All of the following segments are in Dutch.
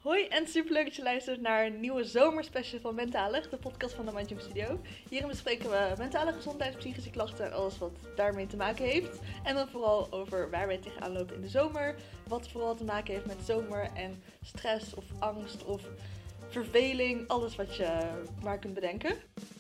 Hoi en superleuk dat je luistert naar een nieuwe zomerspecial van Mentalig, de podcast van de Mindjum Studio. Hierin bespreken we mentale gezondheid, psychische klachten en alles wat daarmee te maken heeft. En dan vooral over waar wij tegenaan lopen in de zomer, wat vooral te maken heeft met zomer en stress of angst of verveling, alles wat je maar kunt bedenken.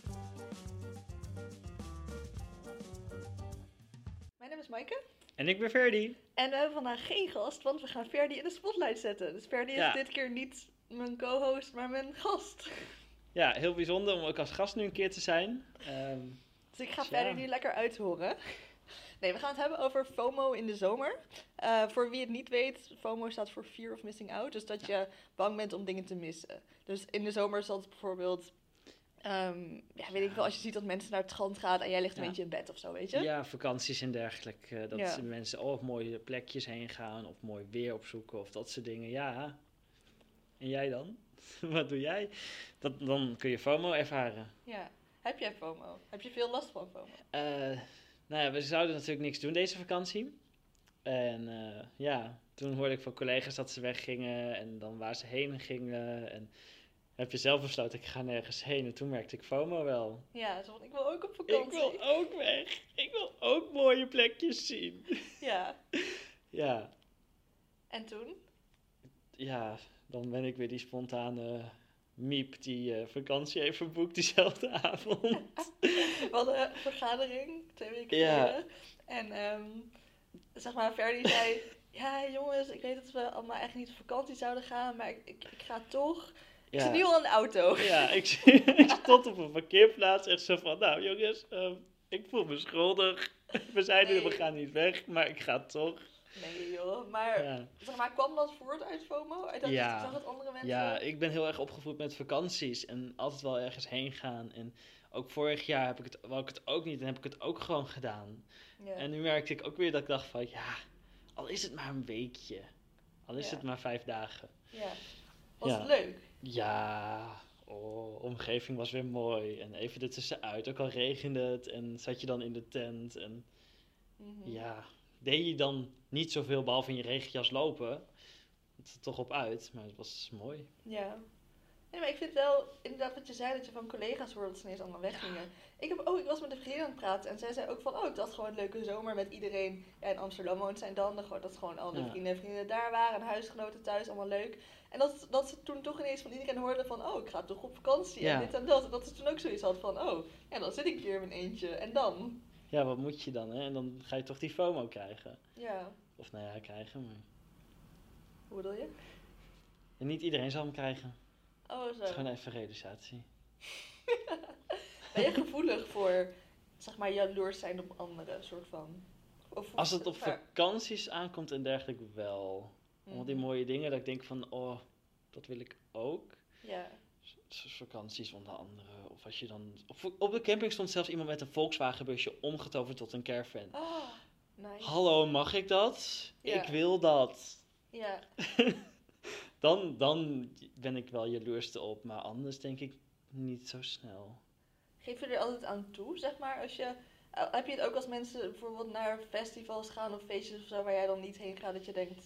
Mijn naam is Maaike. En ik ben Ferdy. En we hebben vandaag geen gast, want we gaan Ferdy in de spotlight zetten. Dus Ferdy is dit keer niet mijn co-host, maar mijn gast. Ja, heel bijzonder om ook als gast nu een keer te zijn. Dus ik ga Ferdy nu lekker uithoren. Nee, we gaan het hebben over FOMO in de zomer. Voor wie het niet weet, FOMO staat voor Fear of Missing Out. Dus dat je bang bent om dingen te missen. Dus in de zomer zal het bijvoorbeeld... weet ik wel, als je ziet dat mensen naar het strand gaan en jij ligt een beetje in bed of zo, weet je? Ja, vakanties en dergelijke. Dat mensen op mooie plekjes heen gaan of mooi weer opzoeken of dat soort dingen. Ja. En jij dan? Wat doe jij? Dan kun je FOMO ervaren. Ja. Heb jij FOMO? Heb je veel last van FOMO? We zouden natuurlijk niks doen deze vakantie. En toen hoorde ik van collega's dat ze weggingen en dan waar ze heen gingen en... Heb je zelf besloten, ik ga nergens heen. En toen merkte ik FOMO wel. Ja, want ik wil ook op vakantie. Ik wil ook weg. Ik wil ook mooie plekjes zien. Ja. Ja. En toen? Ja, dan ben ik weer die spontane miep die vakantie heeft verboekt diezelfde avond. We hadden een vergadering 2 weken geleden. En Ferdy zei... Ja, jongens, ik weet dat we allemaal eigenlijk niet op vakantie zouden gaan. Maar ik ga toch... Ik zit nu al in de auto. Ja, ik stond op een parkeerplaats echt zo van... Nou jongens, ik voel me schuldig. We zeiden we gaan niet weg, maar ik ga toch. Nee joh, maar kwam dat voort uit FOMO? Uit dat je zag dat andere mensen... Ja, ik ben heel erg opgevoed met vakanties en altijd wel ergens heen gaan. En ook vorig jaar wou ik het ook niet en heb ik het ook gewoon gedaan. Ja. En nu merkte ik ook weer dat ik dacht van... Ja, al is het maar een weekje. Al is het maar 5 dagen. Ja. Was het leuk? Ja, omgeving was weer mooi. En even ertussenuit, ook al regende het en zat je dan in de tent. En deed je dan niet zoveel behalve in je regenjas lopen. Het is er toch op uit, maar het was mooi. Ja. Nee, maar ik vind wel, inderdaad wat je zei, dat je van collega's hoorde dat ze ineens allemaal weggingen. Ik was met een vriendin aan het praten en zij zei ook van, ik dacht gewoon een leuke zomer met iedereen. Ja, in Amsterdam woont zij dan, dat gewoon al de vrienden en vriendinnen daar waren, en huisgenoten thuis, allemaal leuk. En dat ze toen toch ineens van iedereen hoorden van, ik ga toch op vakantie en dit en dat. En dat ze toen ook zoiets had van, dan zit ik hier in mijn eentje en dan? Ja, wat moet je dan, hè? En dan ga je toch die FOMO krijgen. Ja. Of krijgen, maar... Hoe bedoel je? En niet iedereen zal hem krijgen. Oh, zo. Het is gewoon even realisatie. Ben je gevoelig voor, jaloers zijn op anderen, soort van? Als het op vakanties aankomt en dergelijke wel. Want die mooie dingen, dat ik denk van, dat wil ik ook. Ja. Vakanties onder andere. Of als je dan... Op de camping stond zelfs iemand met een Volkswagenbusje omgetoverd tot een caravan. Oh, nice. Hallo, mag ik dat? Ja. Ik wil dat. Ja. Dan ben ik wel jaloers op, maar anders denk ik niet zo snel. Geef je er altijd aan toe, als je... Heb je het ook als mensen bijvoorbeeld naar festivals gaan of feestjes of zo waar jij dan niet heen gaat, dat je denkt,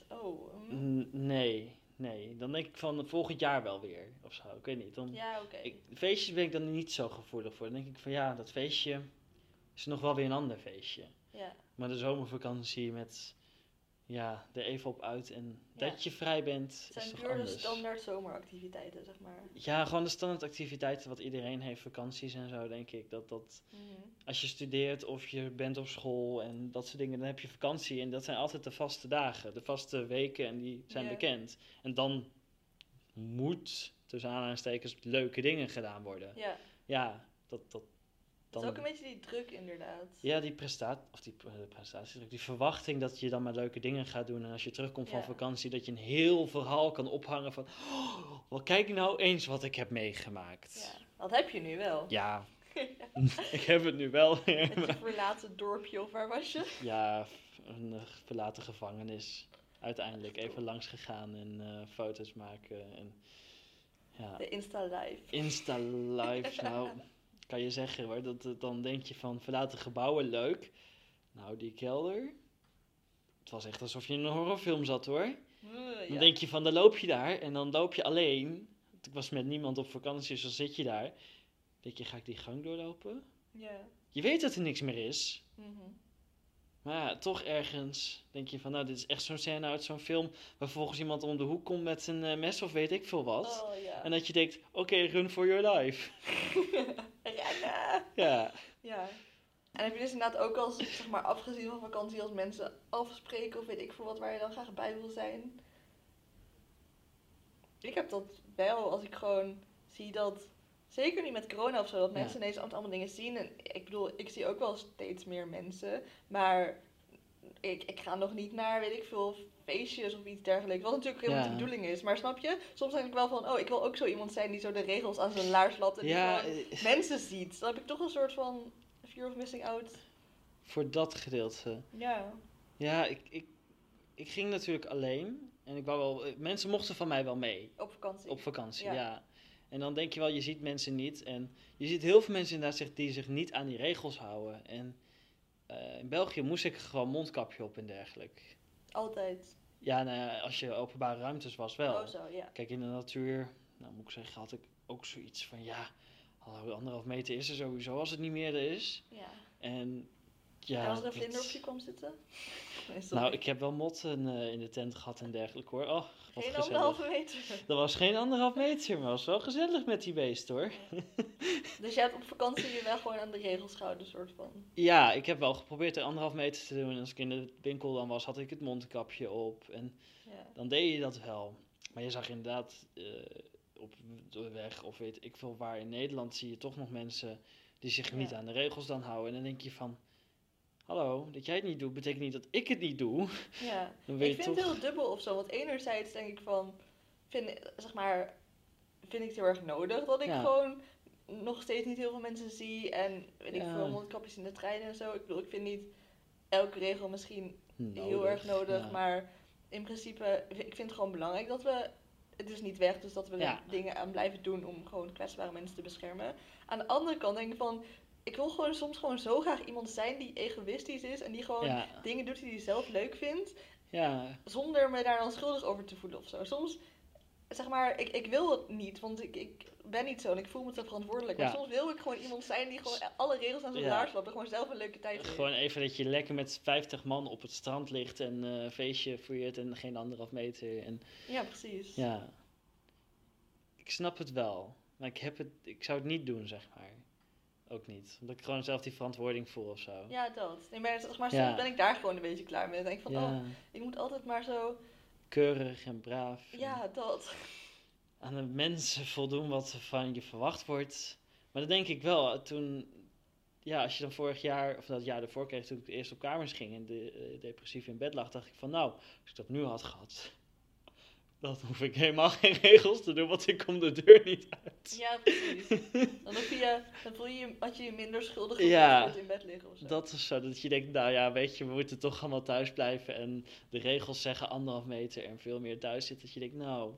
Nee. Dan denk ik van volgend jaar wel weer, of zo. Ik weet niet. Ja, oké. Feestjes ben ik dan niet zo gevoelig voor. Dan denk ik van dat feestje is nog wel weer een ander feestje. Ja. Maar de zomervakantie met... Ja, er even op uit en dat je vrij bent, is toch anders. Het zijn puur de standaard zomeractiviteiten, Ja, gewoon de standaardactiviteiten wat iedereen heeft, vakanties en zo, denk ik. Als je studeert of je bent op school en dat soort dingen, dan heb je vakantie. En dat zijn altijd de vaste dagen, de vaste weken en die zijn bekend. En dan moet, tussen aanhalingstekens, leuke dingen gedaan worden. Ja. Ja, dat is ook een beetje die druk inderdaad. Ja, die prestatiedruk, die verwachting dat je dan maar leuke dingen gaat doen. En als je terugkomt van vakantie, dat je een heel verhaal kan ophangen van... Wel, kijk nou eens wat ik heb meegemaakt. Ja, dat heb je nu wel. Ja, ik heb het nu wel. Met je verlaten dorpje, of waar was je? Ja, een verlaten gevangenis. Uiteindelijk even langs gegaan en foto's maken. En, de Insta-live. Insta-live, nou... Kan je zeggen hoor, dan denk je van verlaten gebouwen leuk. Nou, die kelder. Het was echt alsof je in een horrorfilm zat hoor. Dan denk je van, dan loop je daar en dan loop je alleen. Ik was met niemand op vakantie, dus dan zit je daar. Denk je, ga ik die gang doorlopen? Ja. Je weet dat er niks meer is. Mm-hmm. Maar ja, toch ergens denk je van, nou, dit is echt zo'n scène uit zo'n film waar volgens iemand om de hoek komt met een mes of weet ik veel wat. Oh, ja. En dat je denkt, oké, run for your life. Rennen! Ja. Ja. En heb je dus inderdaad ook als, zeg maar, afgezien van vakantie, als mensen afspreken of weet ik veel wat, waar je dan graag bij wil zijn? Ik heb dat wel, als ik gewoon zie dat, zeker niet met corona of zo, dat mensen ineens allemaal dingen zien. En ik bedoel, ik zie ook wel steeds meer mensen, maar ik ga nog niet naar, weet ik veel, feestjes of iets dergelijks. Wat natuurlijk helemaal niet de bedoeling is. Maar snap je? Soms denk ik wel van, oh, ik wil ook zo iemand zijn die zo de regels aan zijn laars lapt en die gewoon mensen ziet. Dan heb ik toch een soort van fear of missing out. Voor dat gedeelte. Ja. Ja, ik ging natuurlijk alleen. En ik wou wel, mensen mochten van mij wel mee. Op vakantie, ja. En dan denk je wel, je ziet mensen niet. En je ziet heel veel mensen inderdaad die zich niet aan die regels houden. En in België moest ik gewoon mondkapje op en dergelijke. Altijd? Ja, nou ja, als je openbare ruimtes was wel. Oh zo, ja. Kijk, in de natuur, nou moet ik zeggen, had ik ook zoiets van, ja, hallo, 1,5 meter is er sowieso als het niet meer er is. Ja. En ja, en als er een vlinder op je kwam zitten? Nou, ik heb wel motten in de tent gehad en dergelijke hoor. Oh, wat geen gezellig. 1,5 meter? Dat was geen 1,5 meter, maar was wel gezellig met die beest hoor. Dus jij hebt op vakantie je wel gewoon aan de regels gehouden, soort van? Ja, ik heb wel geprobeerd er 1,5 meter te doen. En als ik in de winkel dan was, had ik het mondkapje op. En dan deed je dat wel. Maar je zag inderdaad op de weg of weet ik veel waar in Nederland zie je toch nog mensen die zich niet aan de regels dan houden. En dan denk je van, hallo, dat jij het niet doet, betekent niet dat ik het niet doe. Ja, Dan ik vind het heel dubbel of zo. Want enerzijds denk ik van, vind ik het heel erg nodig dat ik gewoon nog steeds niet heel veel mensen zie. En weet ik veel, mondkapjes in de trein en zo. Ik bedoel, ik vind niet elke regel misschien heel erg nodig. Ja. Maar in principe, ik vind het gewoon belangrijk dat we, het is niet weg, dus dat we er dingen aan blijven doen om gewoon kwetsbare mensen te beschermen. Aan de andere kant denk ik van, ik wil gewoon soms gewoon zo graag iemand zijn die egoïstisch is en die gewoon dingen doet die hij zelf leuk vindt. Ja. Zonder me daar dan schuldig over te voelen of zo. Soms, zeg maar, ik wil het niet, want ik ben niet zo en ik voel me te verantwoordelijk. Maar soms wil ik gewoon iemand zijn die gewoon alle regels aan zijn laars lapt en gewoon zelf een leuke tijd heeft. Gewoon even dat je lekker met 50 man op het strand ligt en een feestje viert en geen 1,5 meter. En, ja, precies. Ja. Ik snap het wel, maar ik zou het niet doen, zeg maar. Ook niet. Omdat ik gewoon zelf die verantwoording voel of zo. Ja, dat. Nee, maar soms ben ik daar gewoon een beetje klaar mee. Dan denk ik van, ik moet altijd maar zo keurig en braaf. Ja, dat. Aan de mensen voldoen wat van je verwacht wordt. Maar dat denk ik wel. Toen, als je dan vorig jaar, of dat jaar ervoor kreeg, toen ik eerst op kamers ging en depressief in bed lag, dacht ik van, nou, als ik dat nu had gehad, dan hoef ik helemaal geen regels te doen, want ik kom de deur niet uit. Ja, precies. Dan voel je dat je je minder schuldig voelt in bed liggen of zo. Dat is zo. Dat je denkt, nou ja, weet je, we moeten toch allemaal thuis blijven. En de regels zeggen 1,5 meter en veel meer thuis zit. Dat je denkt, nou,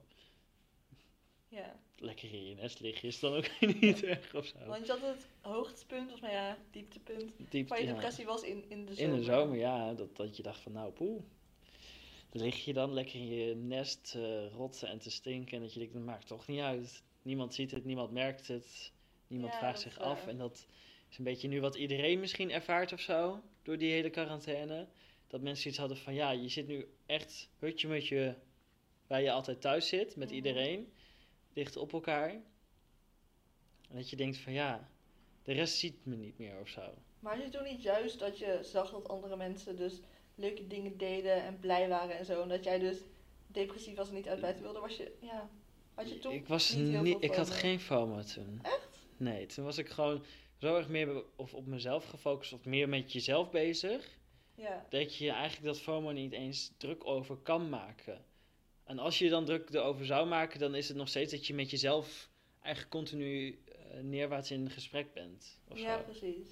lekker in je nest liggen is dan ook niet erg of zo. Want je had het hoogtepunt, of dieptepunt van je depressie was in de zomer. In de zomer, dat je dacht van, nou, poeh. Dan lig je dan lekker in je nest rotten en te stinken. En dat je denkt, dat maakt toch niet uit. Niemand ziet het, niemand merkt het. Niemand vraagt zich af. En dat is een beetje nu wat iedereen misschien ervaart of zo. Door die hele quarantaine. Dat mensen iets hadden van, je zit nu echt hutje-mutje waar je altijd thuis zit. Met iedereen. Dicht op elkaar. En dat je denkt van, de rest ziet me niet meer of zo. Maar had je toen niet juist dat je zag dat andere mensen dus leuke dingen deden en blij waren en zo. En dat jij dus depressief was en niet uit buiten wilde. Had je toen ik had geen FOMO toen. Echt? Nee, toen was ik gewoon zo erg meer op mezelf gefocust. Of meer met jezelf bezig. Ja. Dat je eigenlijk dat FOMO niet eens druk over kan maken. En als je dan druk erover zou maken, dan is het nog steeds dat je met jezelf eigenlijk continu neerwaarts in gesprek bent. Ja, precies.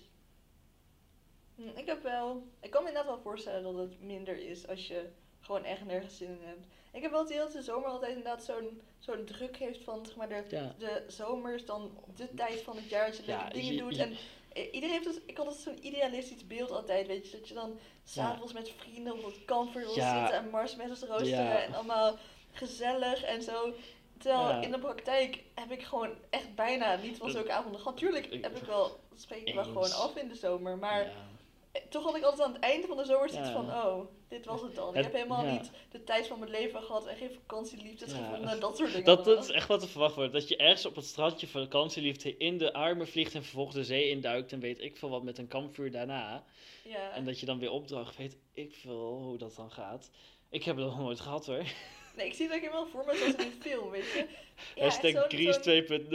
Ik kan me inderdaad wel voorstellen dat het minder is als je gewoon echt nergens zin in hebt. Ik heb wel het idee dat de zomer altijd inderdaad zo'n druk heeft van, zeg maar, de zomer is dan de tijd van het jaar dat je leuke dingen doet. En iedereen heeft dus, ik had altijd zo'n idealistisch beeld altijd, weet je, dat je dan s'avonds met vrienden op het kampvuur wil zitten en marshmallows roosteren en allemaal gezellig en zo. Terwijl in de praktijk heb ik gewoon echt bijna niet van zulke avonden gehad. Tuurlijk spreek ik wel gewoon af in de zomer, maar toch had ik altijd aan het einde van de zomer zoiets van, dit was het dan. Ik heb helemaal niet de tijd van mijn leven gehad en geen vakantieliefdes gevonden en dat soort dingen. Dat is echt wat er verwacht wordt. Dat je ergens op het strandje vakantieliefde in de armen vliegt en vervolgens de zee induikt en weet ik veel wat met een kampvuur daarna. Ja. En dat je dan weer opdracht, weet ik veel hoe dat dan gaat. Ik heb het nog nooit gehad hoor. Nee, ik zie dat helemaal voor me zoals in een film, weet je. Hashtag Gries 2.0.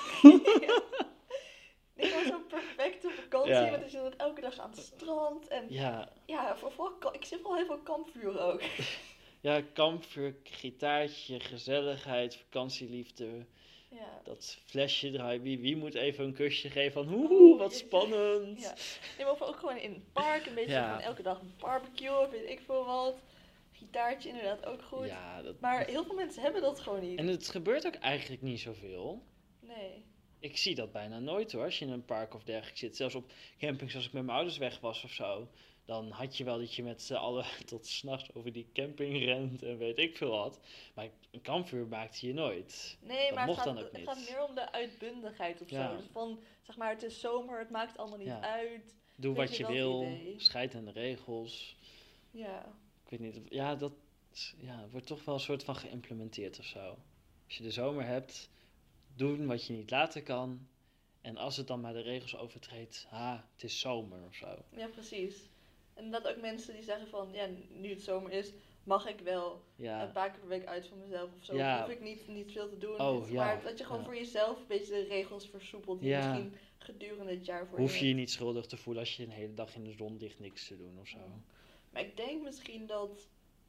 Ik was zo'n perfecte vakantie, want je zit elke dag aan het strand. En ik zie wel heel veel kampvuur ook. Ja, kampvuur, gitaartje, gezelligheid, vakantieliefde. Ja. Dat flesje draaien, wie moet even een kusje geven van wat spannend. Ja. Nee, maar ook gewoon in het park, een beetje van elke dag een barbecue, weet ik veel wat. Gitaartje inderdaad ook goed. Ja, maar heel veel mensen hebben dat gewoon niet. En het gebeurt ook eigenlijk niet zoveel. Nee. Ik zie dat bijna nooit hoor, als je in een park of dergelijke zit. Zelfs op campings als ik met mijn ouders weg was of zo. Dan had je wel dat je met z'n allen tot 's nachts over die camping rent en weet ik veel wat. Maar een kampvuur maakte je nooit. Nee, dat maar mocht het gaat meer om de uitbundigheid of zo. Dus van, zeg maar, het is zomer, het maakt allemaal niet uit. Doe wat je wil, scheid aan de regels. Ja. Ik weet niet, dat wordt toch wel een soort van geïmplementeerd of zo. Als je de zomer hebt, doen wat je niet laten kan. En als het dan maar de regels overtreedt, het is zomer of zo. Ja, precies. En dat ook mensen die zeggen van, nu het zomer is, mag ik wel een paar keer per week uit van mezelf of zo. Hoef ik niet veel te doen. Maar dat je gewoon voor jezelf een beetje de regels versoepelt die misschien gedurende het jaar voor Hoef je je niet schuldig te voelen als je een hele dag in de zon ligt niks te doen of zo. Maar ik denk misschien dat,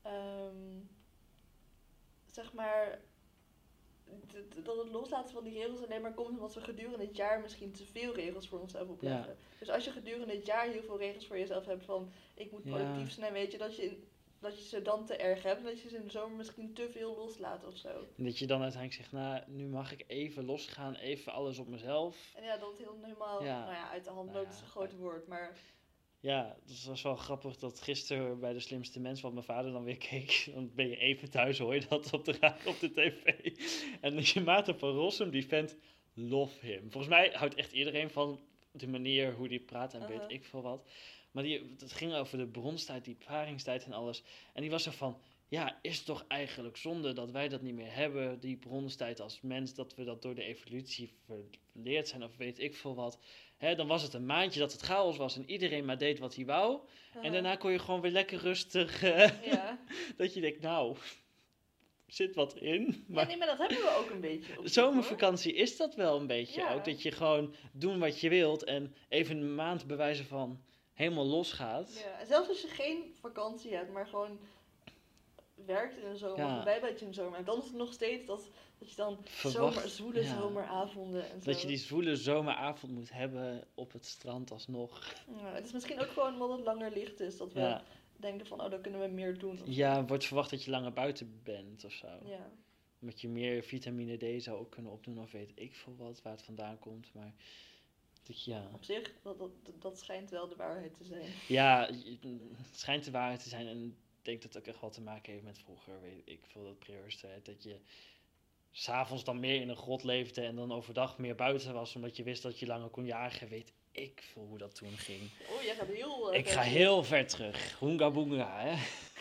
zeg maar, dat het loslaten van die regels alleen maar komt omdat we gedurende het jaar misschien te veel regels voor onszelf opleggen. Ja. Dus als je gedurende het jaar heel veel regels voor jezelf hebt van ik moet productief zijn, weet je dat je ze dan te erg hebt en dat je ze in de zomer misschien te veel loslaat of zo. En dat je dan uiteindelijk zegt, nu mag ik even losgaan, even alles op mezelf. En dat het helemaal uit de hand loopt is een groot woord, maar... Ja, dat was wel grappig dat gisteren bij De Slimste Mens, wat mijn vader dan weer keek, dan ben je even thuis, hoor je dat op de tv. En je Maarten van Rossum, die vent, love him. Volgens mij houdt echt iedereen van de manier hoe die praat en weet ik veel wat. Maar het ging over de bronstijd, die paringstijd en alles. En die was er van, is het toch eigenlijk zonde dat wij dat niet meer hebben, die bronstijd als mens, dat we dat door de evolutie verleerd zijn of weet ik veel wat. Dan was het een maandje dat het chaos was en iedereen maar deed wat hij wou. En daarna kon je gewoon weer lekker rustig, dat je denkt, zit wat in. Maar... maar dat hebben we ook een beetje. Zomervakantie is dat wel een beetje ook, dat je gewoon doen wat je wilt en even een maand bewijzen van helemaal losgaat. Ja, en zelfs als je geen vakantie hebt, maar gewoon werkt in de zomer of bijbaantje in de zomer. En dan is het nog steeds dat je dan zwoele zomeravonden en zo. Dat je die zwoele zomeravond moet hebben op het strand alsnog. Ja, het is misschien ook gewoon omdat het langer licht is. Dat we denken van, dan kunnen we meer doen. Wordt verwacht dat je langer buiten bent of zo. Ja. Omdat je meer vitamine D zou ook kunnen opdoen of weet ik veel wat, waar het vandaan komt. Maar op zich, dat schijnt wel de waarheid te zijn. Ja, het schijnt de waarheid te zijn en ik denk dat het ook echt wel te maken heeft met vroeger, weet ik veel, dat prioriteit. Dat je 's avonds dan meer in een grot leefde en dan overdag meer buiten was, omdat je wist dat je langer kon jagen. Weet ik veel hoe dat toen ging. Oh, jij gaat heel... ik ga heel ver terug. Hoenga boenga, hè.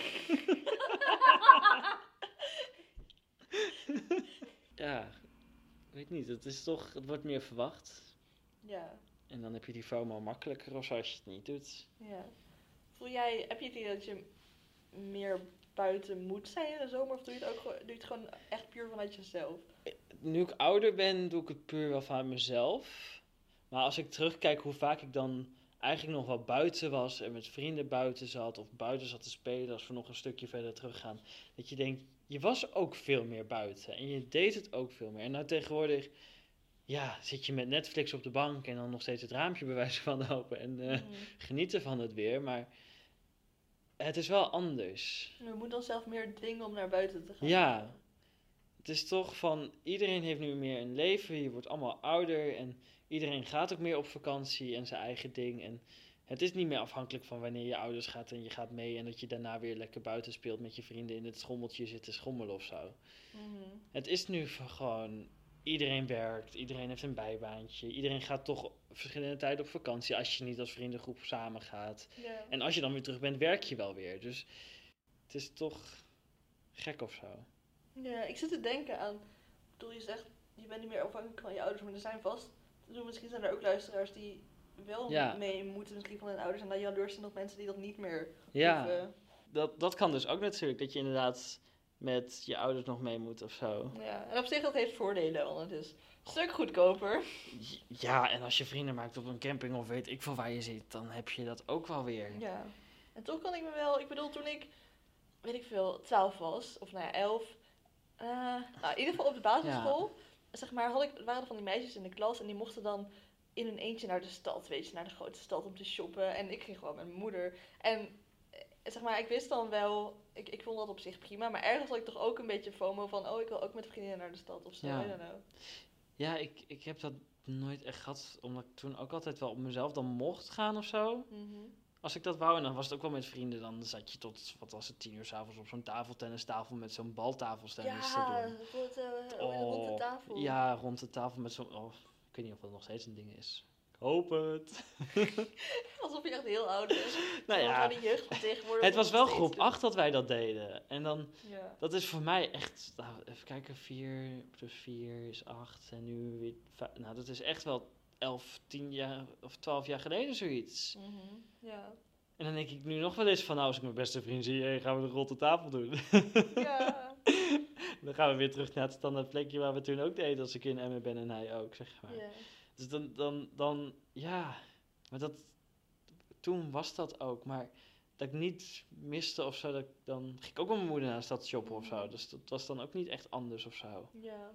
Weet niet. Het wordt meer verwacht. Ja. En dan heb je die FOMO makkelijker of zo als je het niet doet. Ja. Heb je het idee dat je meer buiten moet zijn in de zomer? Of doe je het gewoon echt puur vanuit jezelf? Nu ik ouder ben, doe ik het puur wel vanuit mezelf. Maar als ik terugkijk hoe vaak ik dan eigenlijk nog wel buiten was en met vrienden buiten zat of buiten zat te spelen als we nog een stukje verder teruggaan. Dat je denkt, je was ook veel meer buiten en je deed het ook veel meer. En nou tegenwoordig, zit je met Netflix op de bank en dan nog steeds het raampje bij wijze van open en genieten van het weer. Maar het is wel anders. We moeten onszelf meer dwingen om naar buiten te gaan. Ja. Het is toch van, iedereen heeft nu meer een leven, je wordt allemaal ouder en iedereen gaat ook meer op vakantie en zijn eigen ding. En het is niet meer afhankelijk van wanneer je ouders gaat en je gaat mee en dat je daarna weer lekker buiten speelt met je vrienden in het schommeltje zitten schommelen of zo. Het is nu gewoon, iedereen werkt, iedereen heeft een bijbaantje, iedereen gaat toch verschillende tijden op vakantie als je niet als vriendengroep samen gaat. Ja. En als je dan weer terug bent, werk je wel weer. Dus het is toch gek of zo. Ja, ik zit te denken aan, ik bedoel, je zegt, je bent niet meer afhankelijk van je ouders, maar er zijn vast, misschien zijn er ook luisteraars die wel mee moeten, misschien van hun ouders, en dan jaloers zijn op mensen die dat niet meer hoeven. Dat kan dus ook natuurlijk, dat je inderdaad met je ouders nog mee moet of zo. Ja, en op zich dat heeft voordelen, want het is een stuk goedkoper. Ja, en als je vrienden maakt op een camping of weet ik veel waar je zit, dan heb je dat ook wel weer. Ja, en toch kan ik me wel, ik bedoel, toen ik, weet ik veel, 12 was, of 11, in ieder geval op de basisschool, zeg maar, waren er van die meisjes in de klas en die mochten dan in hun eentje naar de stad, weet je, naar de grote stad om te shoppen. En ik ging gewoon met mijn moeder. En zeg maar, ik wist dan wel, ik vond dat op zich prima, maar ergens had ik toch ook een beetje FOMO van, ik wil ook met vriendinnen naar de stad of zo, I don't know. Ja, ik heb dat nooit echt gehad, omdat ik toen ook altijd wel op mezelf dan mocht gaan of zo. Als ik dat wou, en dan was het ook wel met vrienden, dan zat je tot, wat was het, 10 uur 's avonds op zo'n tafeltennistafel met zo'n baltafelstennis te doen. Rond de tafel. Ja, rond de tafel met zo'n, ik weet niet of dat nog steeds een ding is. Ik hoop het. Alsof je echt heel oud bent. Nou ja, die jeugd van tegenwoordig het was wel groep 8 dat wij dat deden. En dan, dat is voor mij echt, even kijken, 4 plus 4 is 8. En nu weer, dat is echt wel 11, 10 jaar of 12 jaar geleden zoiets. Ja. En dan denk ik nu nog wel eens van, als ik mijn beste vriend zie, gaan we de rotte tafel doen. Ja. Dan gaan we weer terug naar het standaard plekje waar we toen ook deden als ik in Emmen ben en hij ook, zeg maar. Yeah. Dus dan, ja, maar toen was dat ook, maar dat ik niet miste of zo, dan ging ik ook met mijn moeder naar de stad shoppen of zo. Dus dat was dan ook niet echt anders of zo. Ja.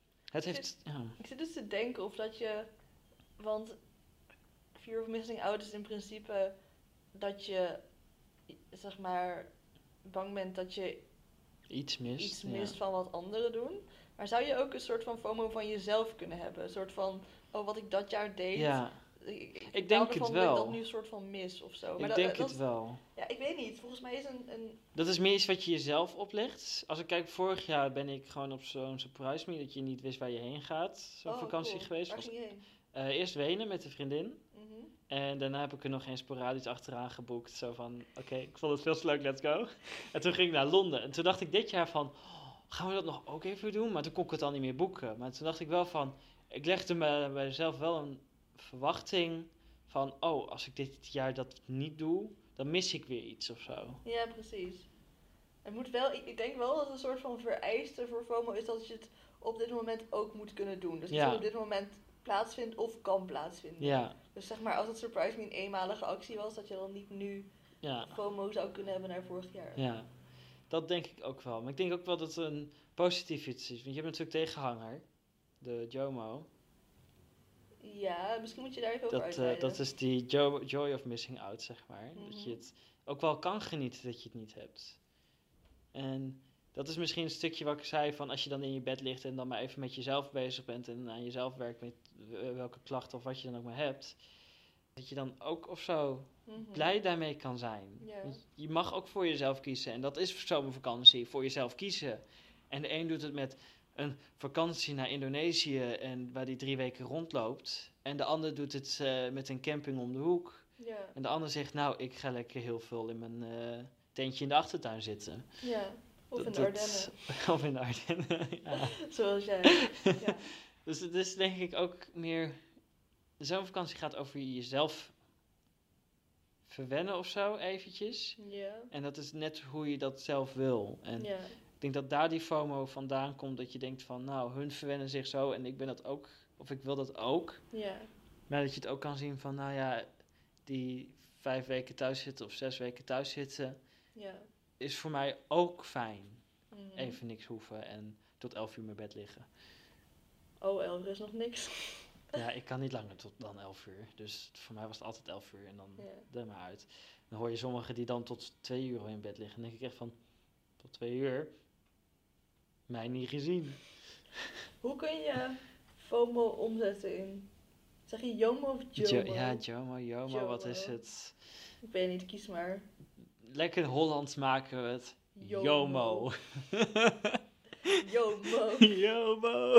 Ik zit dus te denken of dat je, want fear of missing out is in principe dat je, zeg maar, bang bent dat je iets mist van wat anderen doen. Maar zou je ook een soort van FOMO van jezelf kunnen hebben? Een soort van, wat ik dat jaar deed. Ja, ik denk het wel. Dat ik dat nu een soort van mis of zo. Maar ik denk het wel. Ja, ik weet niet. Volgens mij is een... Dat is meer iets wat je jezelf oplegt. Als ik kijk, vorig jaar ben ik gewoon op zo'n surprise me, dat je niet wist waar je heen gaat. Zo'n vakantie geweest. Waar ging je heen? Eerst Wenen met een vriendin. En daarna heb ik er nog eens sporadisch achteraan geboekt. Zo van, oké, ik vond het veel te leuk, let's go. En toen ging ik naar Londen. En toen dacht ik dit jaar van, gaan we dat nog ook even doen? Maar toen kon ik het al niet meer boeken. Maar toen dacht ik wel van, ik legde bij mezelf wel een verwachting van, als ik dit jaar dat niet doe, dan mis ik weer iets of zo. Ja, precies. Het moet wel, ik denk wel dat een soort van vereiste voor FOMO is dat je het op dit moment ook moet kunnen doen. Dus dat het op dit moment plaatsvindt of kan plaatsvinden. Ja. Dus zeg maar, als het Surprise Me een eenmalige actie was, dat je dan niet nu FOMO zou kunnen hebben naar vorig jaar. Ja, dat denk ik ook wel. Maar ik denk ook wel dat het een positief iets is. Want je hebt natuurlijk tegenhanger, de JOMO. Ja, misschien moet je daar even over uitweiden. Dat is die joy of missing out, zeg maar. Dat je het ook wel kan genieten dat je het niet hebt. En dat is misschien een stukje wat ik zei van als je dan in je bed ligt en dan maar even met jezelf bezig bent en aan jezelf werkt met welke klachten of wat je dan ook maar hebt. Dat je dan ook of zo blij daarmee kan zijn. Ja. Je mag ook voor jezelf kiezen en dat is zomervakantie, voor jezelf kiezen. En de een doet het met een vakantie naar Indonesië en waar die 3 weken rondloopt. En de ander doet het met een camping om de hoek. Ja. En de ander zegt, ik ga lekker heel veel in mijn tentje in de achtertuin zitten. Ja, of in de Ardennen. Of in de Ardennen, ja. Zoals jij. Ja. Dus het is denk ik ook meer... De zomervakantie gaat over jezelf verwennen of zo, eventjes. Ja. En dat is net hoe je dat zelf wil. En ik denk dat daar die FOMO vandaan komt, dat je denkt van, hun verwennen zich zo en ik ben dat ook, of ik wil dat ook. Ja. Maar dat je het ook kan zien van, die 5 weken thuis zitten of 6 weken thuis zitten, is voor mij ook fijn. Even niks hoeven en tot 11 uur in mijn bed liggen. 11 uur is nog niks. Ja, ik kan niet langer tot dan 11 uur. Dus voor mij was het altijd 11 uur en dan er maar uit. Dan hoor je sommigen die dan tot 2 uur al in bed liggen. Dan denk ik echt van, tot 2 uur? Mij niet gezien. Hoe kun je FOMO omzetten in... Zeg je JOMO of JOMO? Ja, JOMO, wat is het? Ik weet niet, kies maar. Lekker Hollands maken we het. JOMO. JOMO. JOMO.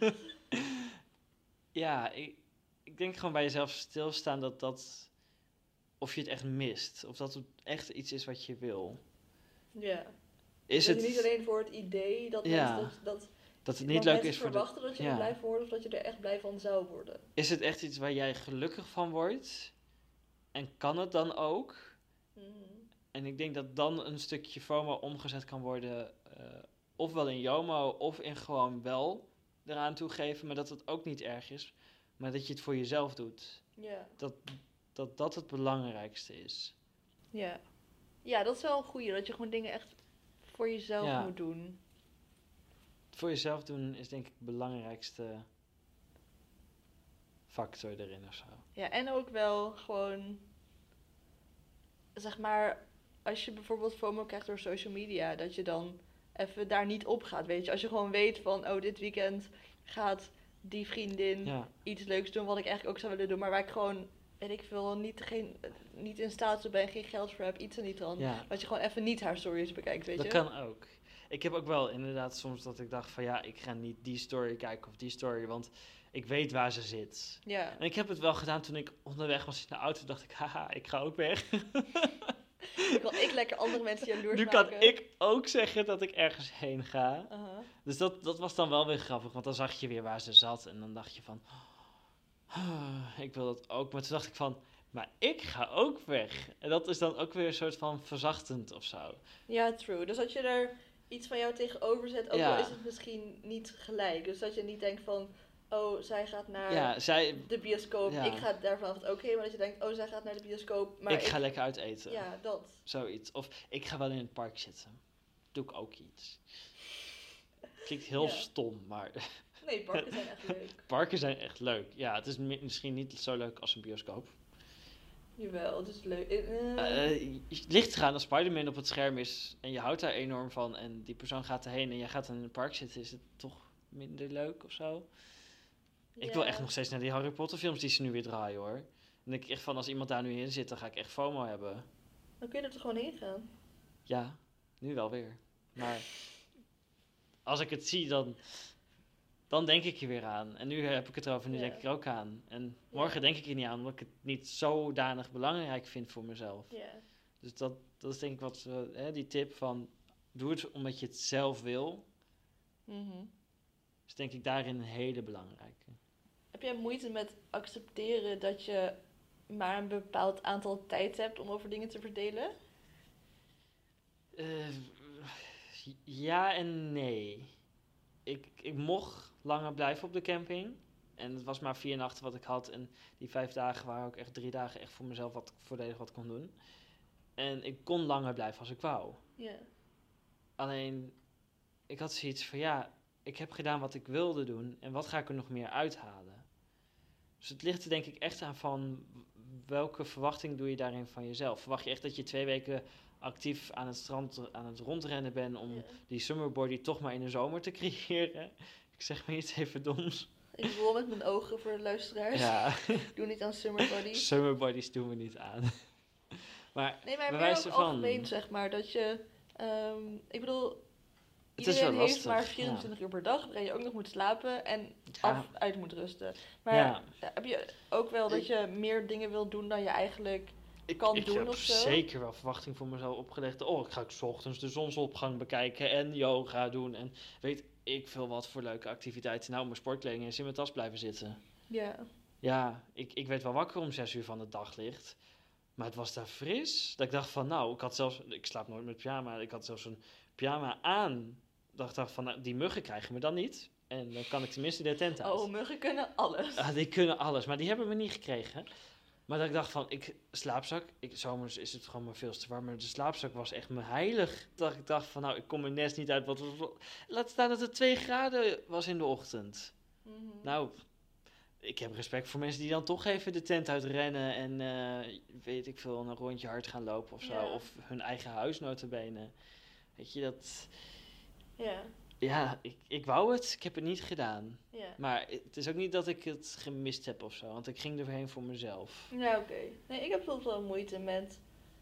Ja, ik denk gewoon bij jezelf stilstaan dat... Of je het echt mist. Of dat het echt iets is wat je wil. Ja. Is dat het... je niet alleen voor het idee dat dat het niet leuk is voor verwachten dat je er blij van wordt, of dat je er echt blij van zou worden. Is het echt iets waar jij gelukkig van wordt? En kan het dan ook? En ik denk dat dan een stukje FOMO omgezet kan worden, ofwel in JOMO, of in gewoon wel eraan toegeven, maar dat het ook niet erg is, maar dat je het voor jezelf doet. Ja. Dat het belangrijkste is. Ja. Ja, dat is wel een goeie, dat je gewoon dingen echt voor jezelf moet doen. Voor jezelf doen is denk ik de belangrijkste factor erin of zo. Ja, en ook wel gewoon, zeg maar, als je bijvoorbeeld FOMO krijgt door social media, dat je dan even daar niet op gaat, weet je. Als je gewoon weet van, oh, dit weekend gaat die vriendin iets leuks doen wat ik eigenlijk ook zou willen doen, maar waar ik gewoon, weet ik veel, niet in staat toe ben, geen geld voor heb, iets en niet dan. Ja. Dat je gewoon even niet haar stories bekijkt, weet je. Dat kan ook. Ik heb ook wel inderdaad soms dat ik dacht van ja, ik ga niet die story kijken of die story, want ik weet waar ze zit. Ja. En ik heb het wel gedaan toen ik onderweg was in de auto, dacht ik, haha, ik ga ook weg. Nu kan ik lekker andere mensen jaloers nu maken. Nu kan ik ook zeggen dat ik ergens heen ga. Uh-huh. Dus dat was dan wel weer grappig, want dan zag je weer waar ze zat en dan dacht je van, ik wil dat ook. Maar toen dacht ik van, maar ik ga ook weg. En dat is dan ook weer een soort van verzachtend of zo. Ja, true. Dus dat je er iets van jou tegenover zet, ook al is het misschien niet gelijk. Dus dat je niet denkt van, oh, zij gaat naar de bioscoop, ik ga daar vanavond ook heen. Maar dat je denkt, oh, zij gaat naar de bioscoop, maar ik ga lekker uit eten. Ja, dat. Zoiets. Of ik ga wel in het park zitten. Doe ik ook iets. Klinkt heel stom, maar... Nee, parken zijn echt leuk. Parken zijn echt leuk. Ja, het is misschien niet zo leuk als een bioscoop. Jawel, het is leuk. Het ligt eraan als Spider-Man op het scherm is en je houdt daar enorm van en die persoon gaat erheen en jij gaat in het park zitten, is het toch minder leuk of zo? Ja. Ik wil echt nog steeds naar die Harry Potter films die ze nu weer draaien hoor. Dan denk ik echt van als iemand daar nu in zit, dan ga ik echt FOMO hebben. Dan kun je er toch gewoon heen gaan? Ja, nu wel weer. Maar als ik het zie, dan denk ik er weer aan. En nu heb ik het erover, nu denk ik er ook aan. En morgen denk ik er niet aan, omdat ik het niet zodanig belangrijk vind voor mezelf. Ja. Dus dat is denk ik wat, die tip van, doe het omdat je het zelf wil. Is denk ik daarin een hele belangrijke. Heb jij moeite met accepteren dat je maar een bepaald aantal tijd hebt om over dingen te verdelen? Ja en nee. Ik mocht langer blijven op de camping. En het was maar 4 nachten wat ik had. En die 5 dagen waren ook echt 3 dagen echt voor mezelf volledig wat kon doen. En ik kon langer blijven als ik wou. Ja. Alleen, ik had zoiets van ik heb gedaan wat ik wilde doen. En wat ga ik er nog meer uithalen? Dus het ligt er denk ik echt aan van welke verwachting doe je daarin van jezelf. Verwacht je echt dat je 2 weken actief aan het strand aan het rondrennen bent om die summerbody toch maar in de zomer te creëren? Ik zeg maar iets even doms. Ik rol met mijn ogen voor de luisteraars. Ja. Doe niet aan summerbodies. Summerbodies doen we niet aan. Maar meer ook algemeen zeg maar, dat je, ik bedoel, iedereen heeft maar 24 uur per dag waarin je ook nog moet slapen en uit moet rusten. Maar heb je ook wel dat je meer dingen wilt doen dan je eigenlijk kan doen of zo? Ik heb zeker wel verwachting voor mezelf opgelegd. Ik ga 's ochtends de zonsopgang bekijken en yoga doen en weet ik veel wat voor leuke activiteiten. Nou, mijn sportkleding is in mijn tas blijven zitten. Ja. Ja, ik werd wel wakker om 6 uur van het daglicht. Maar het was daar fris. Dat ik dacht van, ik slaap nooit met pyjama. Ik had zelfs een pyjama aan. Dat ik dacht van, die muggen krijgen me dan niet. En dan kan ik tenminste de tent uit. Oh, muggen kunnen alles. Die kunnen alles, maar die hebben me niet gekregen. Maar dat ik dacht van, slaapzak. Zomers is het gewoon maar veel te warm. Maar de slaapzak was echt me heilig. Dat ik dacht van, ik kom mijn nest niet uit. Laat staan dat het 2 graden was in de ochtend. Mm-hmm. Nou, ik heb respect voor mensen die dan toch even de tent uitrennen en weet ik veel, een rondje hard gaan lopen of zo. Ja. Of hun eigen huis nota bene. Weet je, dat... Ja. Ja, ik wou het, ik heb het niet gedaan. Ja. Maar het is ook niet dat ik het gemist heb of zo, want ik ging erheen voor mezelf. Ja, oké. Nee, ik heb soms wel moeite met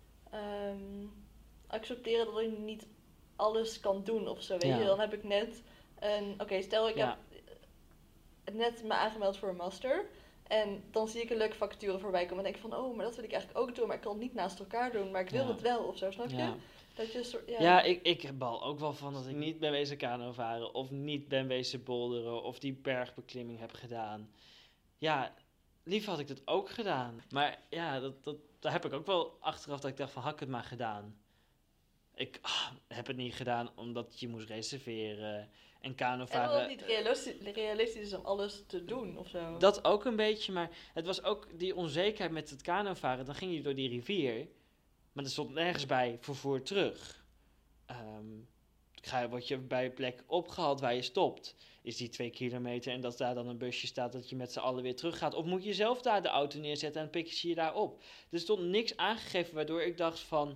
accepteren dat ik niet alles kan doen of zo, weet Ja. je. Dan heb ik net stel ik Ja. heb net me aangemeld voor een master. En dan zie ik een leuke vacature voorbij komen en denk ik van, oh, maar dat wil ik eigenlijk ook doen, maar ik kan het niet naast elkaar doen, maar ik wil Ja. het wel of zo, snap je? Ja. Dat je een soort, Ja, ik heb al ook wel van dat ik niet ben wezen kano varen of niet ben wezen boulderen of die bergbeklimming heb gedaan. Ja, liever had ik dat ook gedaan. Maar ja, daar heb ik ook wel achteraf dat ik dacht van, had ik het maar gedaan. Ik heb het niet gedaan omdat je moest reserveren en kano En varen. omdat het niet realistisch is om alles te doen of zo. Dat ook een beetje, maar het was ook die onzekerheid met het kano varen. Dan ging je door die rivier, maar er stond nergens bij vervoer terug. Word je bij een plek opgehaald waar je stopt. Is die 2 kilometer en dat daar dan een busje staat dat je met z'n allen weer terug gaat. Of moet je zelf daar de auto neerzetten en pikken ze je daar op. Er stond niks aangegeven waardoor ik dacht van,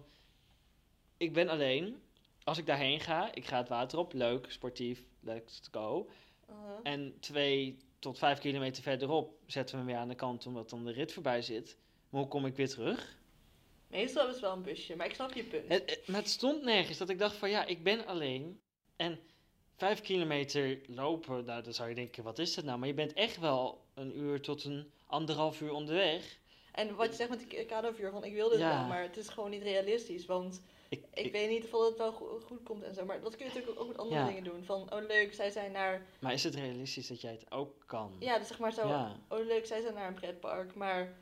ik ben alleen. Als ik daarheen ga, ik ga het water op, leuk, sportief, let's go. En 2 tot 5 kilometer verderop zetten we hem weer aan de kant omdat dan de rit voorbij zit. Maar hoe kom ik weer terug? Meestal is het wel een busje, maar ik snap je punt. Maar het stond nergens dat ik dacht van ja, ik ben alleen. En 5 kilometer lopen, nou dan zou je denken, wat is dat nou? Maar je bent echt wel 1 uur tot 1,5 uur onderweg. En wat je zegt met die kadervuur van ik wil dit Ja. wel, maar het is gewoon niet realistisch. Want ik weet niet of het wel goed komt en zo. Maar dat kun je natuurlijk ook met andere Ja. dingen doen. Van, oh leuk, zij zijn naar... Maar is het realistisch dat jij het ook kan? Ja, dus zeg maar zo, Ja. oh leuk, zij zijn naar een pretpark. Maar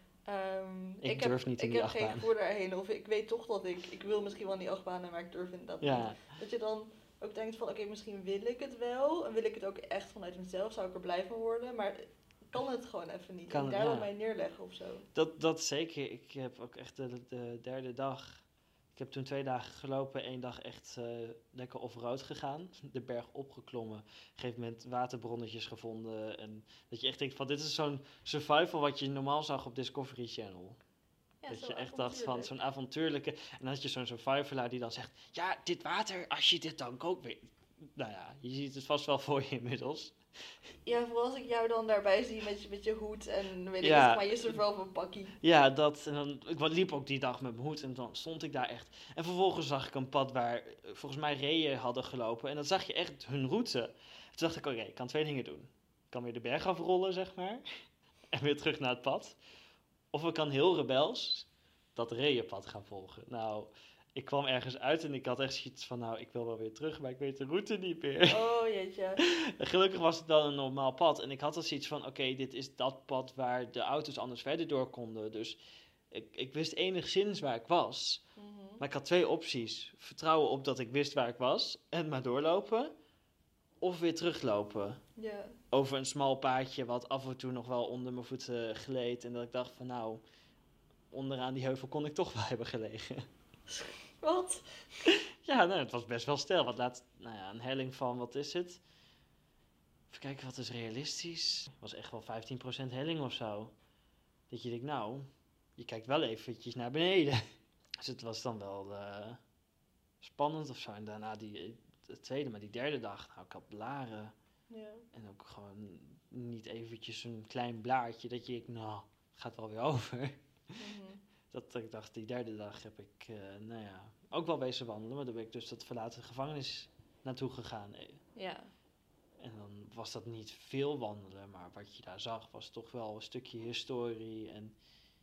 Ik durf niet in ik die heb geen achtbaan. gevoel daarheen. Of ik weet toch dat ik wil misschien wel in die achtbanen, maar ik durf inderdaad niet. Ja, Dat je dan ook denkt van, oké, misschien wil ik het wel. En wil ik het ook echt vanuit mezelf, zou ik er blij van worden. Maar kan het gewoon even niet. Kan en het, daar ja. dan mij neerleggen of zo. dat zeker. Ik heb ook echt de derde dag. Ik heb toen 2 dagen gelopen, 1 dag echt lekker off-road gegaan. De berg opgeklommen. Op een gegeven moment waterbronnetjes gevonden. En dat je echt denkt van, dit is zo'n survival wat je normaal zag op Discovery Channel. Ja, dat zo je echt dacht van, avontuurlijk. zo'n avontuurlijke... En dan had je zo'n survivalaar die dan zegt, ja, dit water, als je dit dan kookt... Nou ja, je ziet het vast wel voor je inmiddels. Ja, vooral als ik jou dan daarbij zie met je hoed en weet ik Ja. zeg maar je survival pakkie. Ja, dat. En dan, ik liep ook die dag met mijn hoed en dan stond ik daar echt. En vervolgens zag ik een pad waar volgens mij reeën hadden gelopen. En dan zag je echt hun route. Toen dacht ik, oké, ik kan 2 dingen doen. Ik kan weer de berg afrollen, zeg maar. En weer terug naar het pad. Of ik kan heel rebels dat reeënpad gaan volgen. Nou, ik kwam ergens uit en ik had echt zoiets van, nou, ik wil wel weer terug, maar ik weet de route niet meer. Oh jeetje. En gelukkig was het dan een normaal pad. En ik had al zoiets van, oké, dit is dat pad waar de auto's anders verder door konden. Dus ik wist enigszins waar ik was. Mhm. Maar ik had 2 opties. Vertrouwen op dat ik wist waar ik was en maar doorlopen. Of weer teruglopen. Ja. Over een smal paadje wat af en toe nog wel onder mijn voeten gleed. En dat ik dacht van, nou, onderaan die heuvel kon ik toch wel hebben gelegen. Wat? Ja, nou, het was best wel steil. Want een helling van, wat is het? Even kijken, wat is realistisch? Het was echt wel 15% helling of zo. Dat je denkt, nou, je kijkt wel eventjes naar beneden. Dus het was dan wel spannend of zo. En daarna de tweede, maar die derde dag, nou, ik had blaren. Ja. En ook gewoon niet eventjes een klein blaadje. Dat je denkt, nou, het gaat wel weer over. Mhm. Dat ik dacht, die derde dag heb ik, ook wel wezen wandelen. Maar dan ben ik dus dat verlaten gevangenis naartoe gegaan. Ja. En dan was dat niet veel wandelen, maar wat je daar zag was toch wel een stukje historie en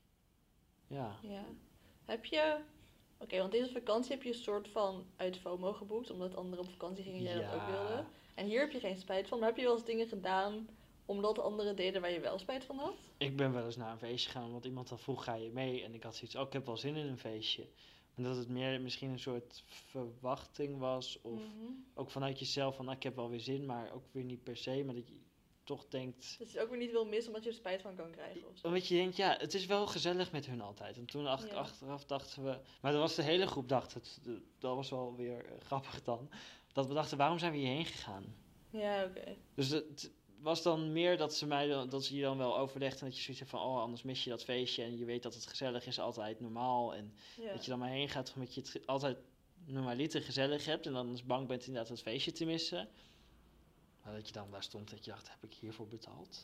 ja. Ja. Heb je... Oké, want deze vakantie heb je een soort van uit FOMO geboekt, omdat anderen op vakantie gingen en jij dat ook wilde. En hier heb je geen spijt van, maar heb je wel eens dingen gedaan omdat anderen deden waar je wel spijt van had? Ik ben wel eens naar een feestje gegaan, want iemand dan vroeg, ga je mee? En ik had zoiets, ik heb wel zin in een feestje. Maar dat het meer misschien een soort verwachting was, of Mhm. ook vanuit jezelf van, ik heb wel weer zin, maar ook weer niet per se. Maar dat je toch denkt, Dat je het ook weer niet wil missen omdat je er spijt van kan krijgen of zo. omdat je denkt, ja, het is wel gezellig met hun altijd. En toen achteraf dachten we, maar dat was de hele groep dacht het, dat was wel weer grappig dan, dat we dachten, waarom zijn we hierheen gegaan? Ja, oké. Dus was dan meer dat ze je dan wel overlegden en dat je zoiets hebt van, oh, anders mis je dat feestje en je weet dat het gezellig is, altijd normaal. En dat je dan maar heen gaat omdat je het altijd normaliter gezellig hebt en dan bang bent inderdaad het feestje te missen. Maar dat je dan daar stond dat je dacht, heb ik hiervoor betaald?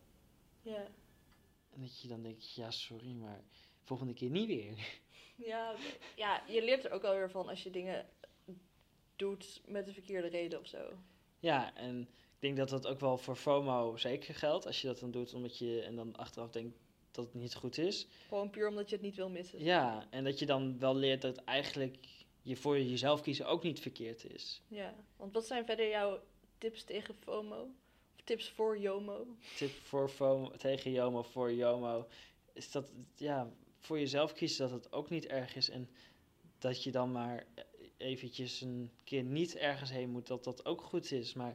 Ja. En dat je dan denkt, ja, sorry, maar volgende keer niet weer. Ja, je leert er ook alweer van als je dingen doet met de verkeerde reden of zo. Ja, en ik denk dat dat ook wel voor FOMO zeker geldt. Als je dat dan doet omdat je en dan achteraf denkt dat het niet goed is. Gewoon puur omdat je het niet wil missen. Ja, en dat je dan wel leert dat eigenlijk je voor jezelf kiezen ook niet verkeerd is. Ja, want wat zijn verder jouw tips tegen FOMO? Of tips voor JOMO? Tip voor FOMO, tegen JOMO, voor JOMO, is dat, ja, voor jezelf kiezen dat het ook niet erg is. En dat je dan maar eventjes een keer niet ergens heen moet, dat dat ook goed is. Maar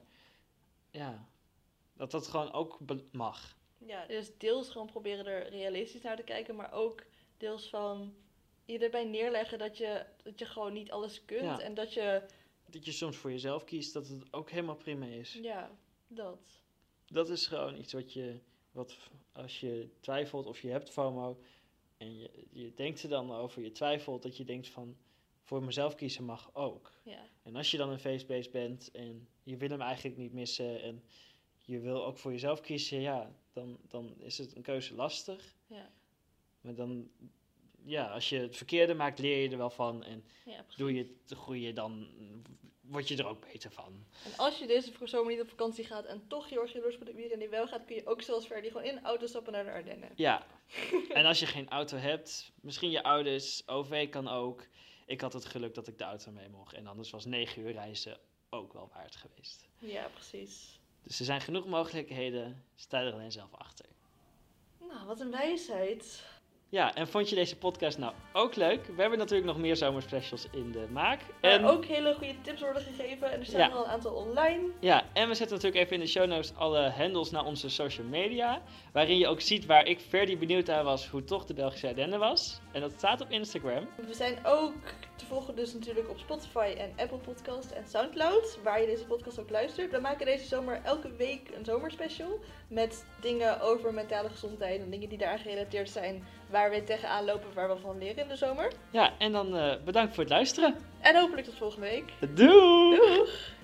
ja, dat dat gewoon ook mag. Ja, dus deels gewoon proberen er realistisch naar te kijken, maar ook deels van je erbij neerleggen dat je gewoon niet alles kunt. Ja. En dat je... Dat je soms voor jezelf kiest, dat het ook helemaal prima is. Ja, dat. Dat is gewoon iets wat als je twijfelt of je hebt FOMO en je denkt er dan over, je twijfelt, dat je denkt van, voor mezelf kiezen mag ook. Ja. En als je dan een feestbeest bent en je wil hem eigenlijk niet missen en je wil ook voor jezelf kiezen, ja, dan is het een keuze lastig. Ja. Maar dan, ja, als je het verkeerde maakt, leer je er wel van en Ja, doe je het goede, dan word je er ook beter van. En als je deze zomer niet op vakantie gaat en toch heel erg jaloers bent op iedereen die wel gaat, kun je ook zoals Ferdy gewoon in een auto stappen naar de Ardennen. Ja, en als je geen auto hebt, misschien je ouders, OV kan ook. Ik had het geluk dat ik de auto mee mocht en anders was 9 uur reizen ook wel waard geweest. Ja, precies. Dus er zijn genoeg mogelijkheden, sta er alleen zelf achter. Nou, wat een wijsheid. Ja, en vond je deze podcast nou ook leuk? We hebben natuurlijk nog meer zomerspecials in de maak. En ook hele goede tips worden gegeven en er staan er al een aantal online. Ja, en we zetten natuurlijk even in de show notes alle handles naar onze social media. Waarin je ook ziet waar ik verder benieuwd naar was hoe toch de Belgische Ardennen was. En dat staat op Instagram. We zijn ook te volgen dus natuurlijk op Spotify en Apple Podcast en Soundcloud. Waar je deze podcast ook luistert. We maken deze zomer elke week een zomerspecial. Met dingen over mentale gezondheid en dingen die daaraan gerelateerd zijn. Waar we tegenaan lopen, waar we van leren in de zomer. Ja, en dan bedankt voor het luisteren. En hopelijk tot volgende week. Doei! Doeg!